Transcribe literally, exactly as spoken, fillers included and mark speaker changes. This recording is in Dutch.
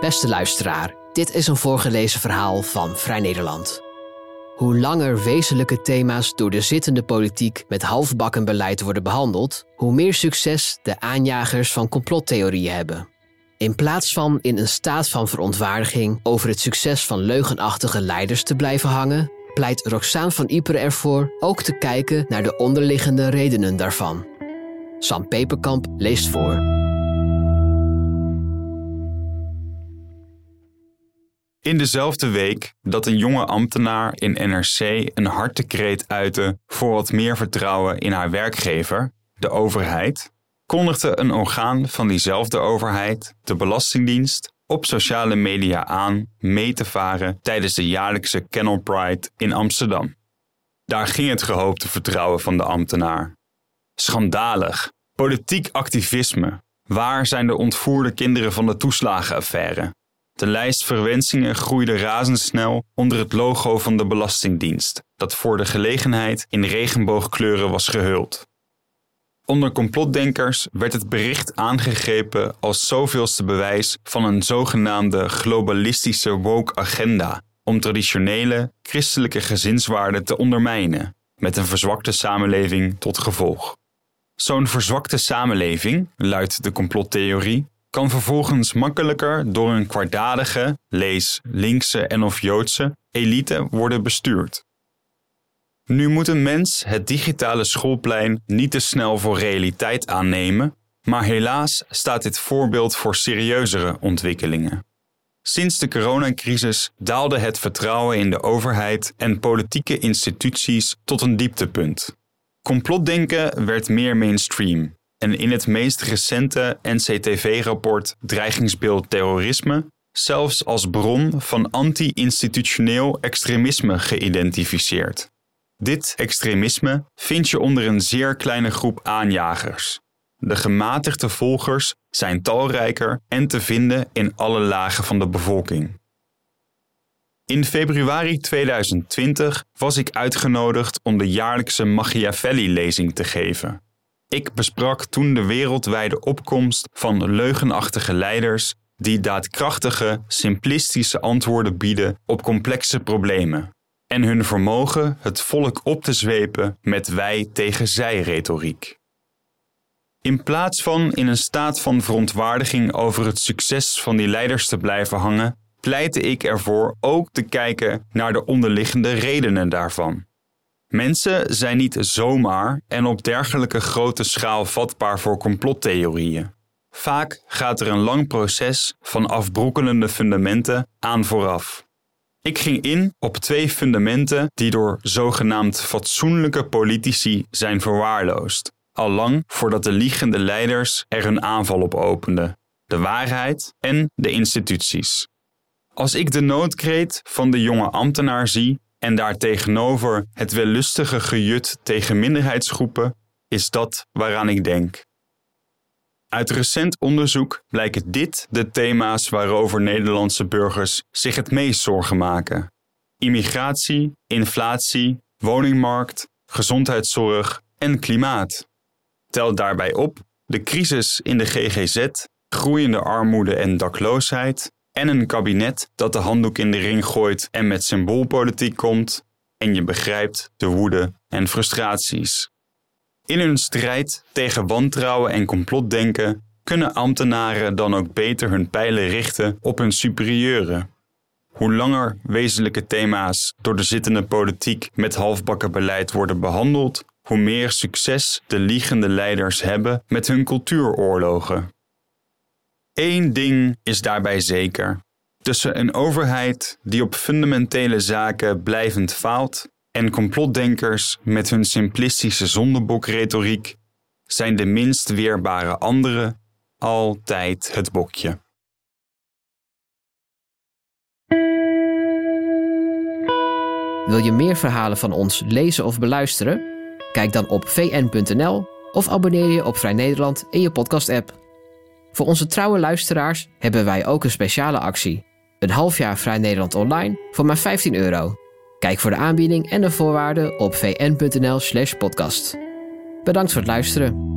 Speaker 1: Beste luisteraar, dit is een voorgelezen verhaal van Vrij Nederland. Hoe langer wezenlijke thema's door de zittende politiek met halfbakken beleid worden behandeld, hoe meer succes de aanjagers van complottheorieën hebben. In plaats van in een staat van verontwaardiging over het succes van leugenachtige leiders te blijven hangen, pleit Roxaan van Iperen ervoor ook te kijken naar de onderliggende redenen daarvan. Sam Peperkamp leest voor.
Speaker 2: In dezelfde week dat een jonge ambtenaar in N R C een hartekreet uitte voor wat meer vertrouwen in haar werkgever, de overheid, kondigde een orgaan van diezelfde overheid, de Belastingdienst, op sociale media aan mee te varen tijdens de jaarlijkse Kennel Pride in Amsterdam. Daar ging het gehoopte vertrouwen van de ambtenaar. Schandalig, politiek activisme. Waar zijn de ontvoerde kinderen van de toeslagenaffaire? De lijst verwensingen groeide razendsnel onder het logo van de Belastingdienst, dat voor de gelegenheid in regenboogkleuren was gehuld. Onder complotdenkers werd het bericht aangegrepen als zoveelste bewijs van een zogenaamde globalistische woke agenda om traditionele christelijke gezinswaarden te ondermijnen, met een verzwakte samenleving tot gevolg. Zo'n verzwakte samenleving, luidt de complottheorie, kan vervolgens makkelijker door een kwaadaardige, lees linkse en of Joodse, elite worden bestuurd. Nu moet een mens het digitale schoolplein niet te snel voor realiteit aannemen, maar helaas staat dit voorbeeld voor serieuzere ontwikkelingen. Sinds de coronacrisis daalde het vertrouwen in de overheid en politieke instituties tot een dieptepunt. Complotdenken werd meer mainstream. En in het meest recente N C T V-rapport Dreigingsbeeld terrorisme zelfs als bron van anti-institutioneel extremisme geïdentificeerd. Dit extremisme vind je onder een zeer kleine groep aanjagers. De gematigde volgers zijn talrijker en te vinden in alle lagen van de bevolking. In februari tweeduizend twintig was ik uitgenodigd om de jaarlijkse Machiavelli-lezing te geven. Ik besprak toen de wereldwijde opkomst van leugenachtige leiders die daadkrachtige, simplistische antwoorden bieden op complexe problemen en hun vermogen het volk op te zwepen met wij tegen zij retoriek. In plaats van in een staat van verontwaardiging over het succes van die leiders te blijven hangen, pleitte ik ervoor ook te kijken naar de onderliggende redenen daarvan. Mensen zijn niet zomaar en op dergelijke grote schaal vatbaar voor complottheorieën. Vaak gaat er een lang proces van afbrokkelende fundamenten aan vooraf. Ik ging in op twee fundamenten die door zogenaamd fatsoenlijke politici zijn verwaarloosd, al lang voordat de liegende leiders er een aanval op openden: de waarheid en de instituties. Als ik de noodkreet van de jonge ambtenaar zie en daartegenover het wellustige gejut tegen minderheidsgroepen, is dat waaraan ik denk. Uit recent onderzoek blijken dit de thema's waarover Nederlandse burgers zich het meest zorgen maken: immigratie, inflatie, woningmarkt, gezondheidszorg en klimaat. Tel daarbij op de crisis in de G G Z, groeiende armoede en dakloosheid, en een kabinet dat de handdoek in de ring gooit en met symboolpolitiek komt, en je begrijpt de woede en frustraties. In hun strijd tegen wantrouwen en complotdenken kunnen ambtenaren dan ook beter hun pijlen richten op hun superieuren. Hoe langer wezenlijke thema's door de zittende politiek met halfbakken beleid worden behandeld, hoe meer succes de liegende leiders hebben met hun cultuuroorlogen. Eén ding is daarbij zeker. Tussen een overheid die op fundamentele zaken blijvend faalt en complotdenkers met hun simplistische zondebokretoriek zijn de minst weerbare anderen altijd het bokje.
Speaker 1: Wil je meer verhalen van ons lezen of beluisteren? Kijk dan op v n punt n l of abonneer je op Vrij Nederland in je podcast-app. Voor onze trouwe luisteraars hebben wij ook een speciale actie. Een half jaar Vrij Nederland online voor maar vijftien euro. Kijk voor de aanbieding en de voorwaarden op v n punt n l slash podcast. Bedankt voor het luisteren.